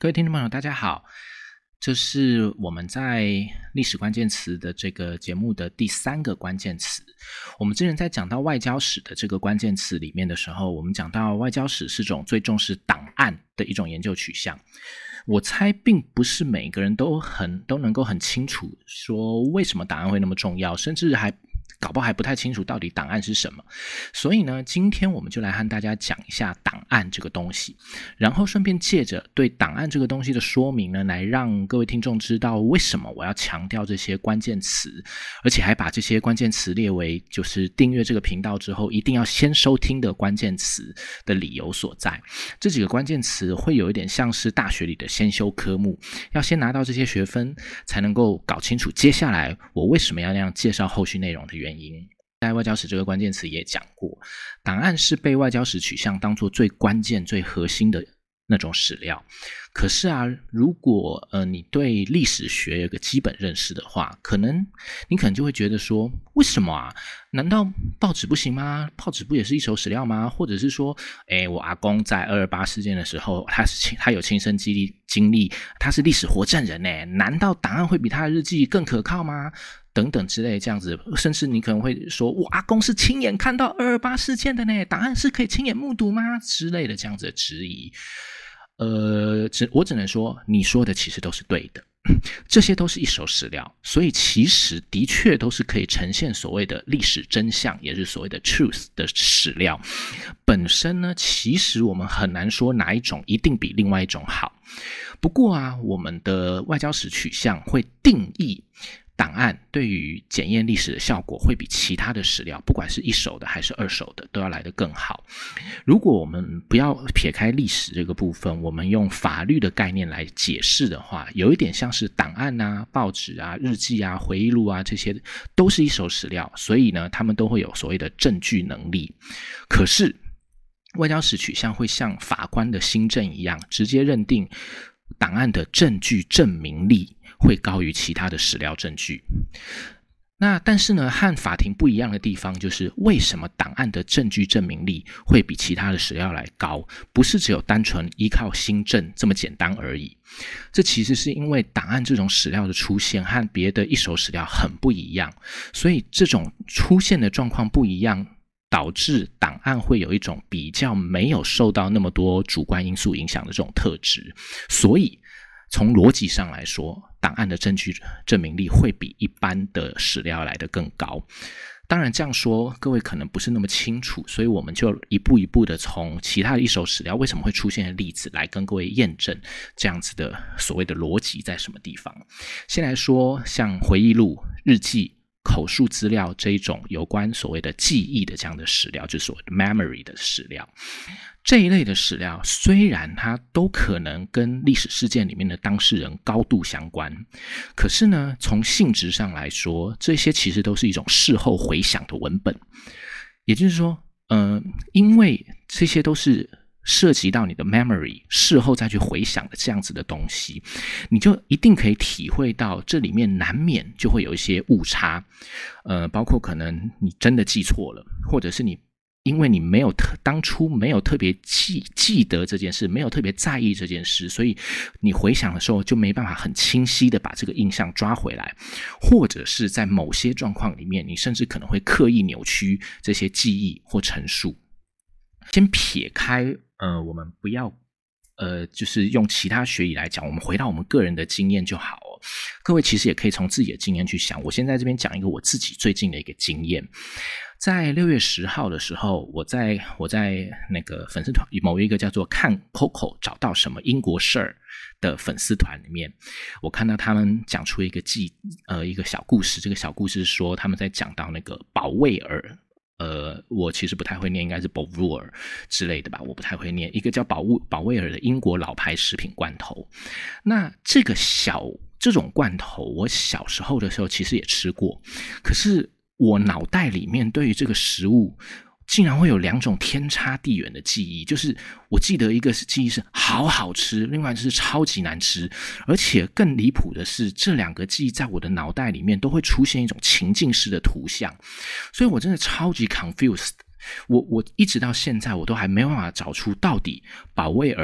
各位听众朋友大家好，这是我们在历史关键词的这个节目的第3个关键词。我们之前在讲到外交史的这个关键词里面的时候，我们讲到外交史是种最重视档案的一种研究取向。我猜并不是每个人都能够很清楚说为什么档案会那么重要，甚至搞不好还不太清楚到底档案是什么。所以呢，今天我们就来和大家讲一下档案这个东西，然后顺便借着对档案这个东西的说明呢，来让各位听众知道为什么我要强调这些关键词，而且还把这些关键词列为就是订阅这个频道之后一定要先收听的关键词的理由所在。这几个关键词会有一点像是大学里的先修科目，要先拿到这些学分才能够搞清楚接下来我为什么要那样介绍后续内容的原因。在外交史这个关键词也讲过，档案是被外交史取向当作最关键最核心的那种史料。可是啊，如果你对历史学有个基本认识的话，你可能就会觉得说，为什么啊？难道报纸不行吗？报纸不也是一手史料吗？或者是说，我阿公在228事件的时候，他有亲身经历，他是历史活证人呢，难道档案会比他的日记更可靠吗？等等之类这样子，甚至你可能会说，我阿公是亲眼看到228事件的呢，档案是可以亲眼目睹吗？之类的这样子的质疑。我只能说，你说的其实都是对的，这些都是一手史料，所以其实的确都是可以呈现所谓的历史真相，也是所谓的 truth 的史料。本身呢，其实我们很难说哪一种一定比另外一种好。不过啊，我们的外交史取向会定义档案对于检验历史的效果会比其他的史料，不管是一手的还是二手的，都要来得更好。如果我们不要撇开历史这个部分，我们用法律的概念来解释的话，有一点像是档案啊、报纸啊、日记啊、回忆录啊，这些都是一手史料，所以呢，他们都会有所谓的证据能力。可是外交史取向会像法官的新政一样，直接认定档案的证据证明力会高于其他的史料证据。但是呢，和法庭不一样的地方就是为什么档案的证据证明力会比其他的史料来高，不是只有单纯依靠新证这么简单而已。这其实是因为档案这种史料的出现和别的一手史料很不一样，所以这种出现的状况不一样，导致档案会有一种比较没有受到那么多主观因素影响的这种特质。所以从逻辑上来说，档案的证据证明力会比一般的史料来得更高。当然这样说各位可能不是那么清楚，所以我们就一步一步的从其他的一手史料为什么会出现的例子来跟各位验证这样子的所谓的逻辑在什么地方。先来说像回忆录、日记、口述资料这一种有关所谓的记忆的这样的史料，就是所谓的 memory 的史料。这一类的史料虽然它都可能跟历史事件里面的当事人高度相关，可是呢，从性质上来说，这些其实都是一种事后回想的文本。也就是说，因为这些都是涉及到你的 memory， 事后再去回想的这样子的东西，你就一定可以体会到这里面难免就会有一些误差，包括可能你真的记错了，或者是因为你当初没有特别记得这件事，没有特别在意这件事，所以你回想的时候就没办法很清晰的把这个印象抓回来，或者是在某些状况里面，你甚至可能会刻意扭曲这些记忆或陈述。先撇开我们不要就是用其他学理来讲，我们回到我们个人的经验就好哦。各位其实也可以从自己的经验去想，我先在这边讲一个我自己最近的一个经验。在6月10号的时候，我在那个粉丝团某一个叫做看 Coco 找到什么英国事儿的粉丝团里面，我看到他们讲出一个小故事。这个小故事是说他们在讲到那个保卫尔，我其实不太会念，应该是 Bovrur 之类的吧，我不太会念。一个叫保卫尔的英国老牌食品罐头。那这种罐头，我小时候的时候其实也吃过，可是我脑袋里面对于这个食物竟然会有2种天差地远的记忆，就是我记得一个记忆是好好吃，另外就是超级难吃，而且更离谱的是这2个记忆在我的脑袋里面都会出现一种情境式的图像，所以我真的超级 confused。我一直到现在我都还没办法找出到底保卫尔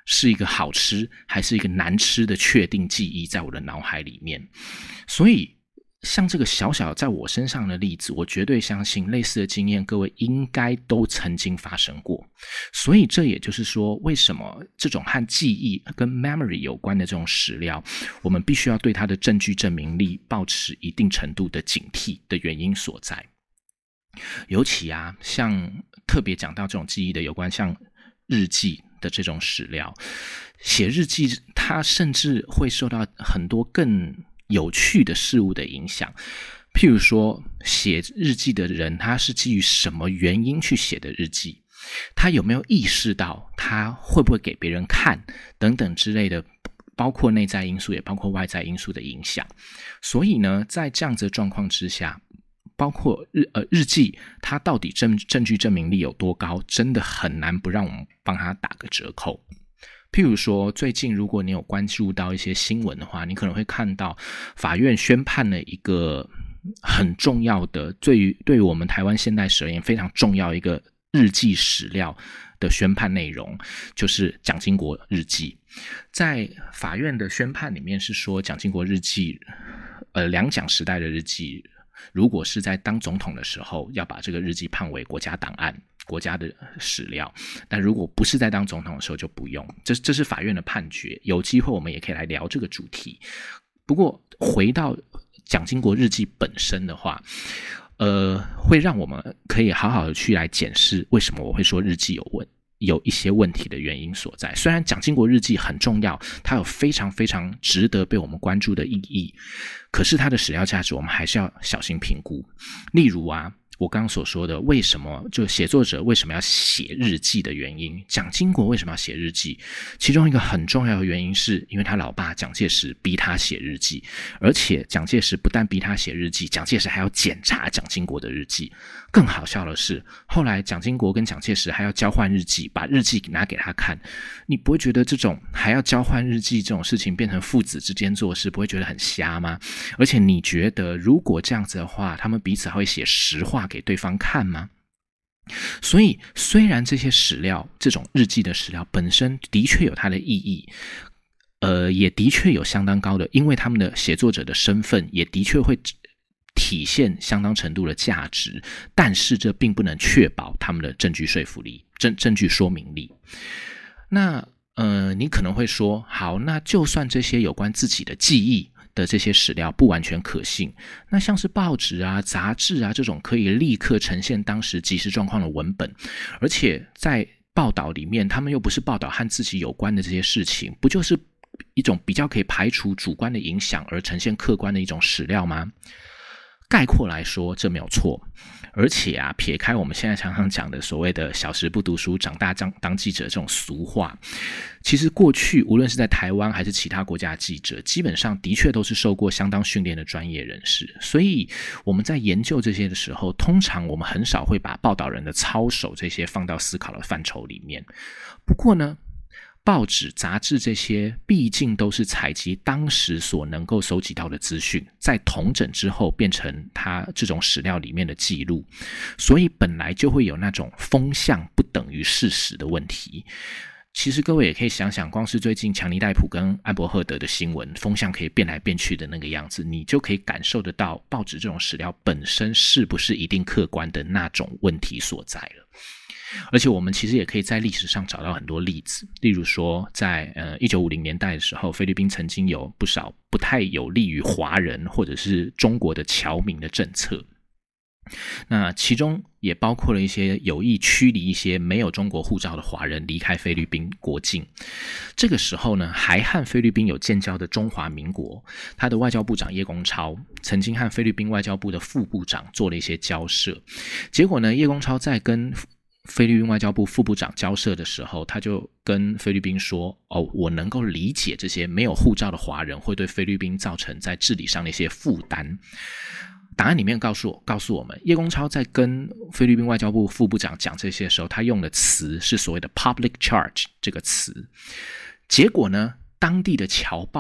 是一个好吃还是一个难吃的确定记忆在我的脑海里面。所以像这个小小在我身上的例子，我绝对相信类似的经验各位应该都曾经发生过。所以这也就是说，为什么这种和记忆跟 memory 有关的这种史料，我们必须要对它的证据证明力保持一定程度的警惕的原因所在。尤其像特别讲到这种记忆的有关像日记的这种史料，写日记它甚至会受到很多更有趣的事物的影响。譬如说写日记的人他是基于什么原因去写的日记，他有没有意识到他会不会给别人看等等之类的，包括内在因素也包括外在因素的影响。所以呢，在这样子的状况之下，包括日记它到底证据证明力有多高，真的很难不让我们帮他打个折扣。譬如说最近如果你有关注到一些新闻的话，你可能会看到法院宣判了一个很重要的对于我们台湾现代史而言非常重要一个日记史料的宣判内容，就是蒋经国日记。在法院的宣判里面是说，蒋经国日记两蒋时代的日记，如果是在当总统的时候要把这个日记判为国家档案国家的史料，但如果不是在当总统的时候就不用。这是法院的判决，有机会我们也可以来聊这个主题。不过回到蒋经国日记本身的话，会让我们可以好好的去来检视为什么我会说日记有一些问题的原因所在。虽然蒋经国日记很重要，它有非常非常值得被我们关注的意义，可是它的史料价值我们还是要小心评估。例如我刚刚所说的为什么就写作者为什么要写日记的原因，蒋经国为什么要写日记，其中一个很重要的原因是因为他老爸蒋介石逼他写日记，而且蒋介石不但逼他写日记，蒋介石还要检查蒋经国的日记。更好笑的是，后来蒋经国跟蒋介石还要交换日记，把日记拿给他看。你不会觉得这种还要交换日记这种事情变成父子之间做事，不会觉得很瞎吗？而且你觉得如果这样子的话，他们彼此还会写实话给对方看吗？所以虽然这些史料这种日记的史料本身的确有它的意义，也的确有相当高的，因为他们的写作者的身份也的确会体现相当程度的价值，但是这并不能确保他们的证据说服力、证据说明力。那你可能会说，好，那就算这些有关自己的记忆的这些史料不完全可信，那像是报纸杂志这种可以立刻呈现当时即时状况的文本，而且在报道里面他们又不是报道和自己有关的这些事情，不就是一种比较可以排除主观的影响而呈现客观的一种史料吗？概括来说，这没有错。而且撇开我们现在常常讲的所谓的小时不读书长大当记者这种俗话，其实过去无论是在台湾还是其他国家的记者，基本上的确都是受过相当训练的专业人士。所以我们在研究这些的时候，通常我们很少会把报道人的操守这些放到思考的范畴里面。不过呢，报纸、杂志这些毕竟都是采集当时所能够搜集到的资讯，在统整之后变成它这种史料里面的记录，所以本来就会有那种风向不等于事实的问题。其实各位也可以想想，光是最近强尼戴普跟安伯赫德的新闻，风向可以变来变去的那个样子，你就可以感受得到报纸这种史料本身是不是一定客观的那种问题所在了。而且我们其实也可以在历史上找到很多例子，例如说在1950年代的时候，菲律宾曾经有不少不太有利于华人或者是中国的侨民的政策，那其中也包括了一些有意驱离一些没有中国护照的华人离开菲律宾国境。这个时候呢，还和菲律宾有建交的中华民国，他的外交部长叶公超曾经和菲律宾外交部的副部长做了一些交涉。结果呢，叶公超在跟菲律宾外交部副部长交涉的时候，他就跟菲律宾说，我能够理解这些没有护照的华人会对菲律宾造成在治理上的一些负担。档案里面告诉我们，叶公超在跟菲律宾外交部副部长讲这些的时候，他用的词是所谓的 public charge 这个词。结果呢，当地的侨报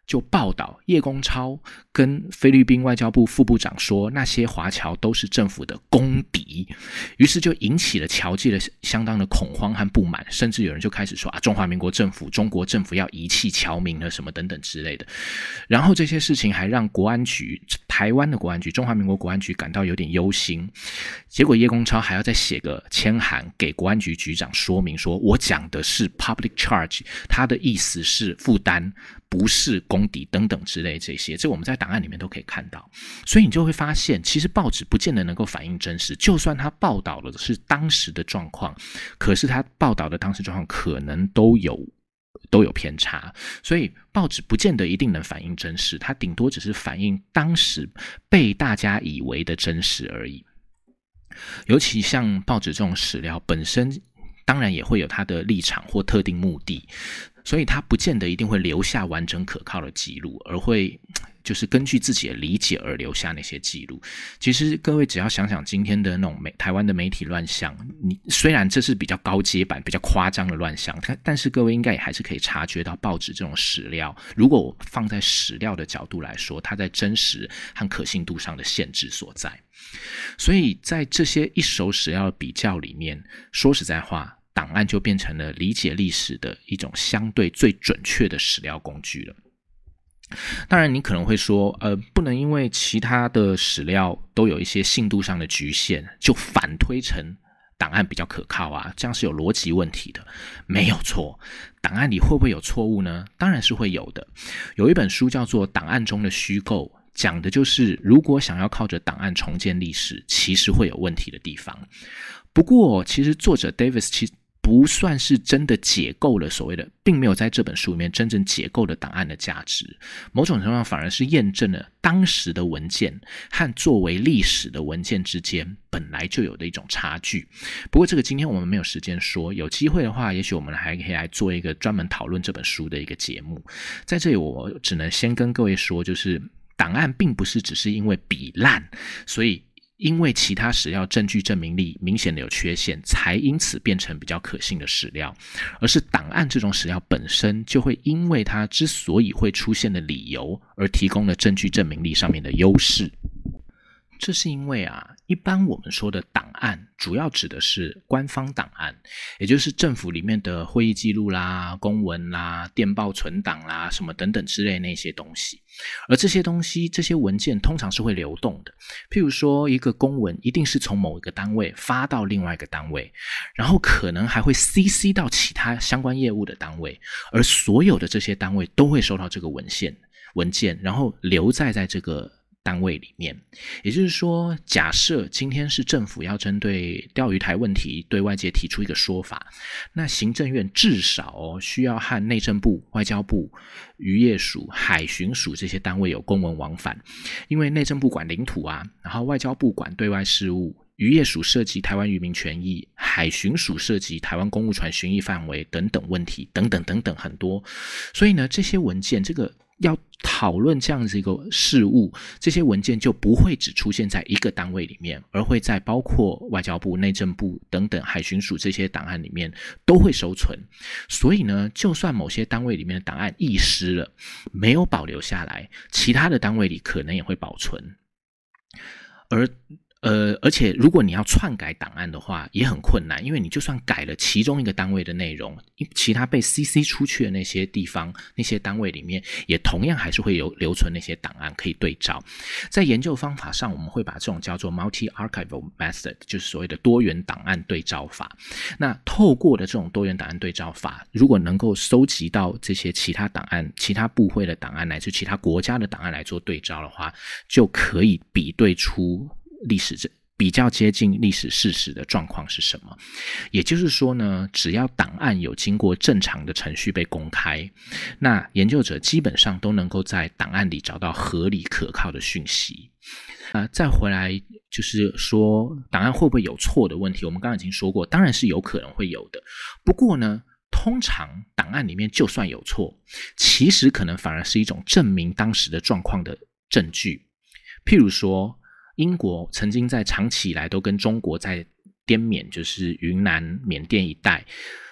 就报道叶公超跟菲律宾外交部副部长说，那些华侨都是政府的公敌，于是就引起了侨界的相当的恐慌和不满，甚至有人就开始说中华民国政府、中国政府要遗弃侨民了什么等等之类的。然后这些事情还让国安局、台湾的国安局、中华民国国安局感到有点忧心。结果叶公超还要再写个签函给国安局局长说明说，我讲的是 public charge， 他的意思是负担，不是公敌等等之类这些，这我们在档案里面都可以看到。所以你就会发现，其实报纸不见得能够反映真实，就算他报道的是当时的状况，可是他报道的当时状况可能都有偏差，所以报纸不见得一定能反映真实，它顶多只是反映当时被大家以为的真实而已。尤其像报纸这种史料本身当然也会有它的立场或特定目的，所以它不见得一定会留下完整可靠的记录，而会就是根据自己的理解而留下那些记录。其实各位只要想想今天的那种台湾的媒体乱象，虽然这是比较高阶版比较夸张的乱象，但是各位应该也还是可以察觉到报纸这种史料，如果我放在史料的角度来说，它在真实和可信度上的限制所在。所以在这些一手史料的比较里面，说实在话，档案就变成了理解历史的一种相对最准确的史料工具了。当然你可能会说不能因为其他的史料都有一些信度上的局限，就反推成档案比较可靠啊，这样是有逻辑问题的。没有错，档案里会不会有错误呢？当然是会有的。有一本书叫做《档案中的虚构》，讲的就是如果想要靠着档案重建历史，其实会有问题的地方。不过其实作者 Davis 其实不算是真的解构了所谓的，并没有在这本书里面真正解构了档案的价值，某种程度上反而是验证了当时的文件和作为历史的文件之间本来就有的一种差距。不过这个今天我们没有时间说，有机会的话也许我们还可以来做一个专门讨论这本书的一个节目。在这里我只能先跟各位说，就是档案并不是只是因为比烂，所以因为其他史料证据证明力明显的有缺陷，才因此变成比较可信的史料，而是档案这种史料本身就会因为它之所以会出现的理由，而提供了证据证明力上面的优势。这是因为一般我们说的档案主要指的是官方档案，也就是政府里面的会议记录啦、公文啦、电报存档啦什么等等之类那些东西。而这些东西、这些文件通常是会流动的，譬如说一个公文一定是从某一个单位发到另外一个单位，然后可能还会 CC 到其他相关业务的单位，而所有的这些单位都会收到这个文件，然后留在这个单位里面。也就是说，假设今天是政府要针对钓鱼台问题对外界提出一个说法，那行政院至少需要和内政部、外交部、渔业署、海巡署这些单位有公文往返，因为内政部管领土然后外交部管对外事务，渔业署涉及台湾渔民权益，海巡署涉及台湾公务船巡弋范围等等问题，等等等等很多。所以呢，这些文件这个要讨论这样子一个事务，这些文件就不会只出现在一个单位里面，而会在包括外交部、内政部等等海巡署这些档案里面都会收存。所以呢，就算某些单位里面的档案遗失了，没有保留下来，其他的单位里可能也会保存。而且如果你要篡改档案的话也很困难，因为你就算改了其中一个单位的内容，其他被 CC 出去的那些地方、那些单位里面也同样还是会有留存那些档案可以对照。在研究方法上，我们会把这种叫做 multi-archival method， 就是所谓的多元档案对照法。那透过的这种多元档案对照法，如果能够收集到这些其他档案、其他部会的档案乃至其他国家的档案来做对照的话，就可以比对出历史比较接近历史事实的状况是什么。也就是说呢，只要档案有经过正常的程序被公开，那研究者基本上都能够在档案里找到合理可靠的讯息。再回来就是说档案会不会有错的问题，我们刚刚已经说过，当然是有可能会有的。不过呢，通常档案里面就算有错，其实可能反而是一种证明当时的状况的证据。譬如说英国曾经在长期以来都跟中国在滇缅，就是云南、缅甸一带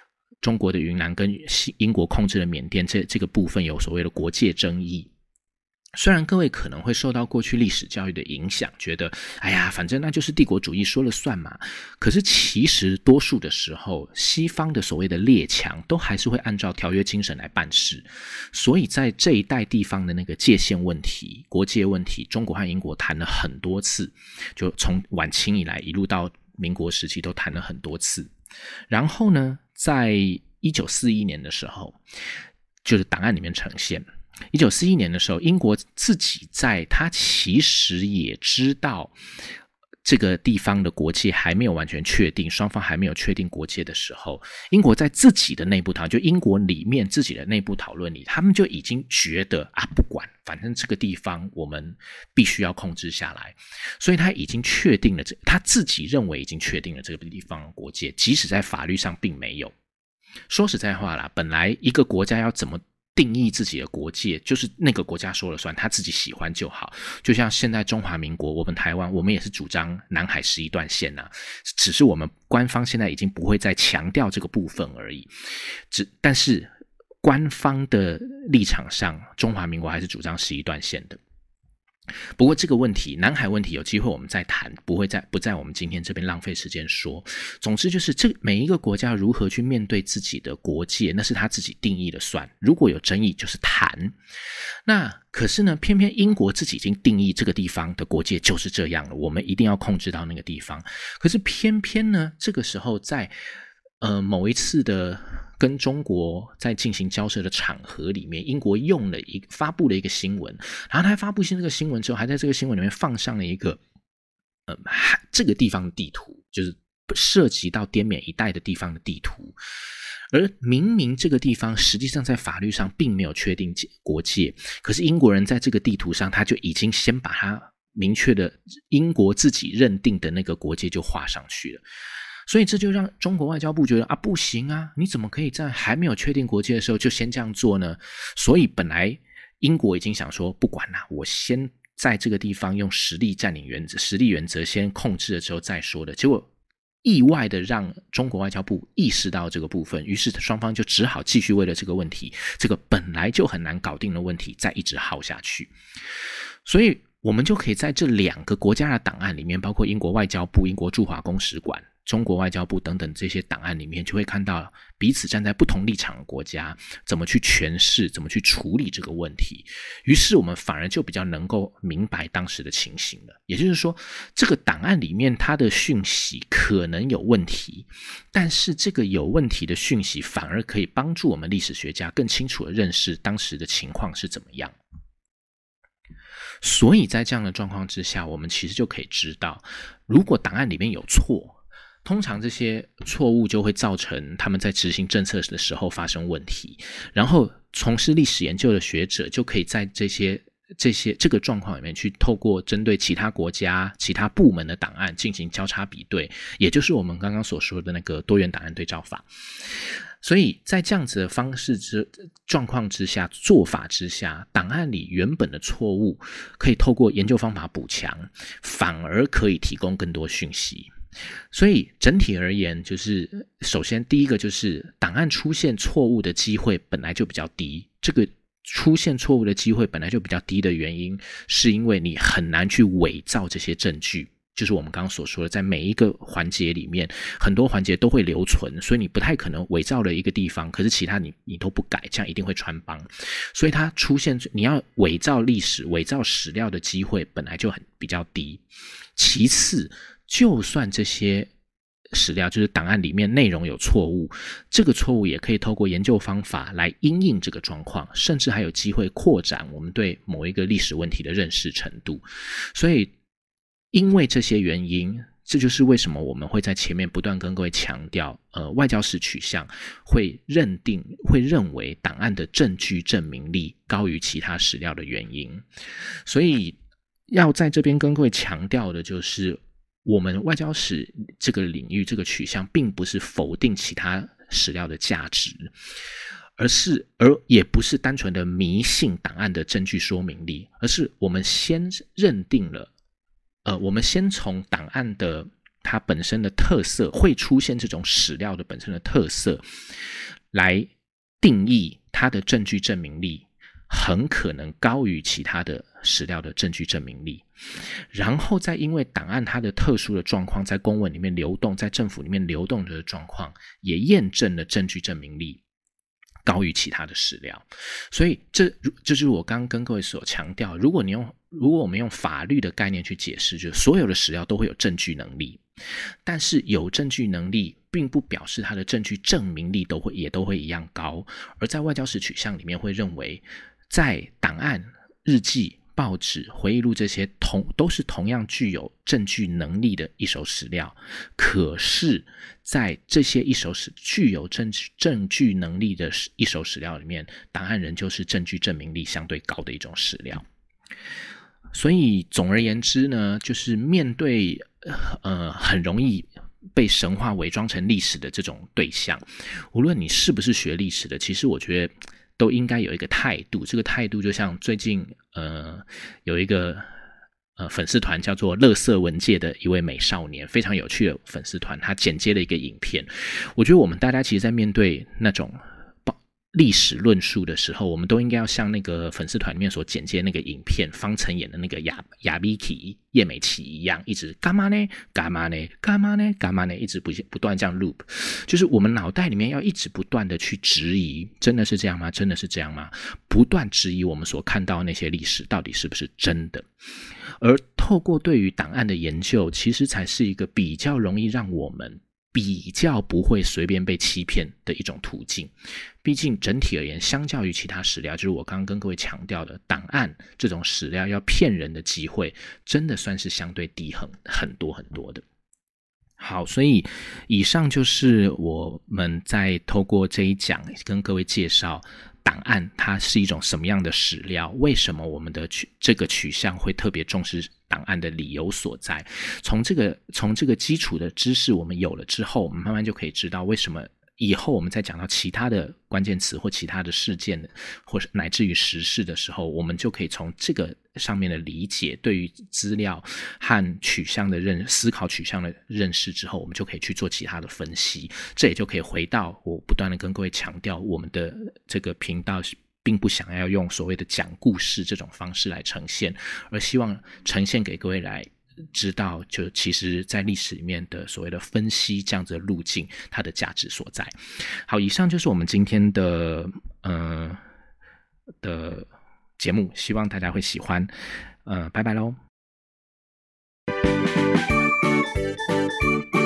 中国的云南跟英国控制的缅甸这个部分有所谓的国界争议。虽然各位可能会受到过去历史教育的影响，觉得哎呀反正那就是帝国主义说了算嘛，可是其实多数的时候西方的所谓的列强都还是会按照条约精神来办事，所以在这一带地方的那个界限问题、国界问题，中国和英国谈了很多次，就从晚清以来一路到民国时期都谈了很多次。然后呢，在1941年的时候，就是档案里面呈现1941年的时候，英国自己他其实也知道这个地方的国界还没有完全确定，双方还没有确定国界的时候，英国在自己的内部讨论，就英国里面自己的内部讨论里，他们就已经觉得不管，反正这个地方我们必须要控制下来，所以他已经确定了他自己认为已经确定了这个地方的国界，即使在法律上并没有。说实在话啦，本来一个国家要怎么定义自己的国界，就是那个国家说了算，他自己喜欢就好。就像现在中华民国，我们台湾，我们也是主张南海11段线啊，只是我们官方现在已经不会再强调这个部分而已。但是官方的立场上，中华民国还是主张11段线的。不过这个问题，南海问题有机会我们再谈，不在我们今天这边浪费时间说。总之就是每一个国家如何去面对自己的国界，那是他自己定义的算，如果有争议就是谈。那可是呢，偏偏英国自己已经定义这个地方的国界就是这样了，我们一定要控制到那个地方。可是偏偏呢，这个时候在某一次的跟中国在进行交涉的场合里面，英国发布了一个新闻，然后他发布这个新闻之后，还在这个新闻里面放上了一个这个地方的地图，就是涉及到滇缅一带的地方的地图。而明明这个地方实际上在法律上并没有确定国界，可是英国人在这个地图上他就已经先把它明确的英国自己认定的那个国界就画上去了。所以这就让中国外交部觉得不行啊，你怎么可以在还没有确定国界的时候就先这样做呢？所以本来英国已经想说不管啦，我先在这个地方用实力占领原则、实力原则先控制了之后再说的，结果意外的让中国外交部意识到这个部分，于是双方就只好继续为了这个问题，这个本来就很难搞定的问题再一直耗下去。所以我们就可以在这两个国家的档案里面，包括英国外交部、英国驻华公使馆、中国外交部等等这些档案里面，就会看到彼此站在不同立场的国家怎么去诠释、怎么去处理这个问题。于是我们反而就比较能够明白当时的情形了。也就是说，这个档案里面它的讯息可能有问题，但是这个有问题的讯息反而可以帮助我们历史学家更清楚地认识当时的情况是怎么样。所以在这样的状况之下，我们其实就可以知道，如果档案里面有错，通常这些错误就会造成他们在执行政策的时候发生问题，然后从事历史研究的学者就可以在这个状况里面去透过针对其他国家、其他部门的档案进行交叉比对，也就是我们刚刚所说的那个多元档案对照法。所以在这样子的方式状况之下、做法之下，档案里原本的错误可以透过研究方法补强，反而可以提供更多讯息。所以整体而言，就是首先第一个就是档案出现错误的机会本来就比较低，这个出现错误的机会本来就比较低的原因，是因为你很难去伪造这些证据。就是我们刚刚所说的，在每一个环节里面，很多环节都会留存，所以你不太可能伪造了一个地方，可是其他你都不改，这样一定会穿帮。所以它出现你要伪造历史、伪造史料的机会本来就比较低。其次，就算这些史料就是档案里面内容有错误，这个错误也可以透过研究方法来因应这个状况，甚至还有机会扩展我们对某一个历史问题的认识程度。所以因为这些原因，这就是为什么我们会在前面不断跟各位强调外交史取向会认为档案的证据证明力高于其他史料的原因。所以要在这边跟各位强调的就是我们外交史这个领域这个取向并不是否定其他史料的价值，而也不是单纯的迷信档案的证据说明力，而是我们先认定了我们先从档案的它本身的特色，会出现这种史料的本身的特色，来定义它的证据证明力很可能高于其他的史料的证据证明力，然后再因为档案它的特殊的状况，在公文里面流动，在政府里面流动的状况，也验证了证据证明力高于其他的史料。所以这就是我刚刚跟各位所强调，如果我们用法律的概念去解释，就是所有的史料都会有证据能力，但是有证据能力并不表示它的证据证明力也都会一样高。而在外交史取向里面会认为，在档案、日记、报纸、回忆录这些都是同样具有证据能力的一手史料，可是在这些具有证据能力的一手史料里面，档案仍旧是证据证明力相对高的一种史料。所以总而言之呢，就是面对很容易被神话伪装成历史的这种对象，无论你是不是学历史的，其实我觉得都应该有一个态度。这个态度就像最近有一个粉丝团叫做垃圾文界的一位美少年，非常有趣的粉丝团，他剪接了一个影片。我觉得我们大家其实在面对那种历史论述的时候，我们都应该要像那个粉丝团里面所剪接那个影片方晨演的那个亚比奇叶美琪一样，一直干嘛呢干嘛呢干嘛呢干嘛呢，一直不断这样 loop， 就是我们脑袋里面要一直不断的去质疑，真的是这样吗？真的是这样吗？不断质疑我们所看到的那些历史到底是不是真的。而透过对于档案的研究，其实才是一个比较容易让我们比较不会随便被欺骗的一种途径。毕竟整体而言，相较于其他史料，就是我刚刚跟各位强调的，档案这种史料要骗人的机会真的算是相对低很多很多的。好，所以以上就是我们在透过这一讲跟各位介绍档案它是一种什么样的史料，为什么我们的这个取向会特别重视档案的理由所在。从这个基础的知识我们有了之后，我们慢慢就可以知道为什么以后我们在讲到其他的关键词或其他的事件，或是乃至于时事的时候，我们就可以从这个上面的理解，对于资料和思考取向的认识之后，我们就可以去做其他的分析。这也就可以回到我不断的跟各位强调，我们的这个频道并不想要用所谓的讲故事这种方式来呈现，而希望呈现给各位来知道，就其实在历史里面的所谓的分析这样子的路径，它的价值所在。好，以上就是我们今天的节目，希望大家会喜欢。拜拜咯。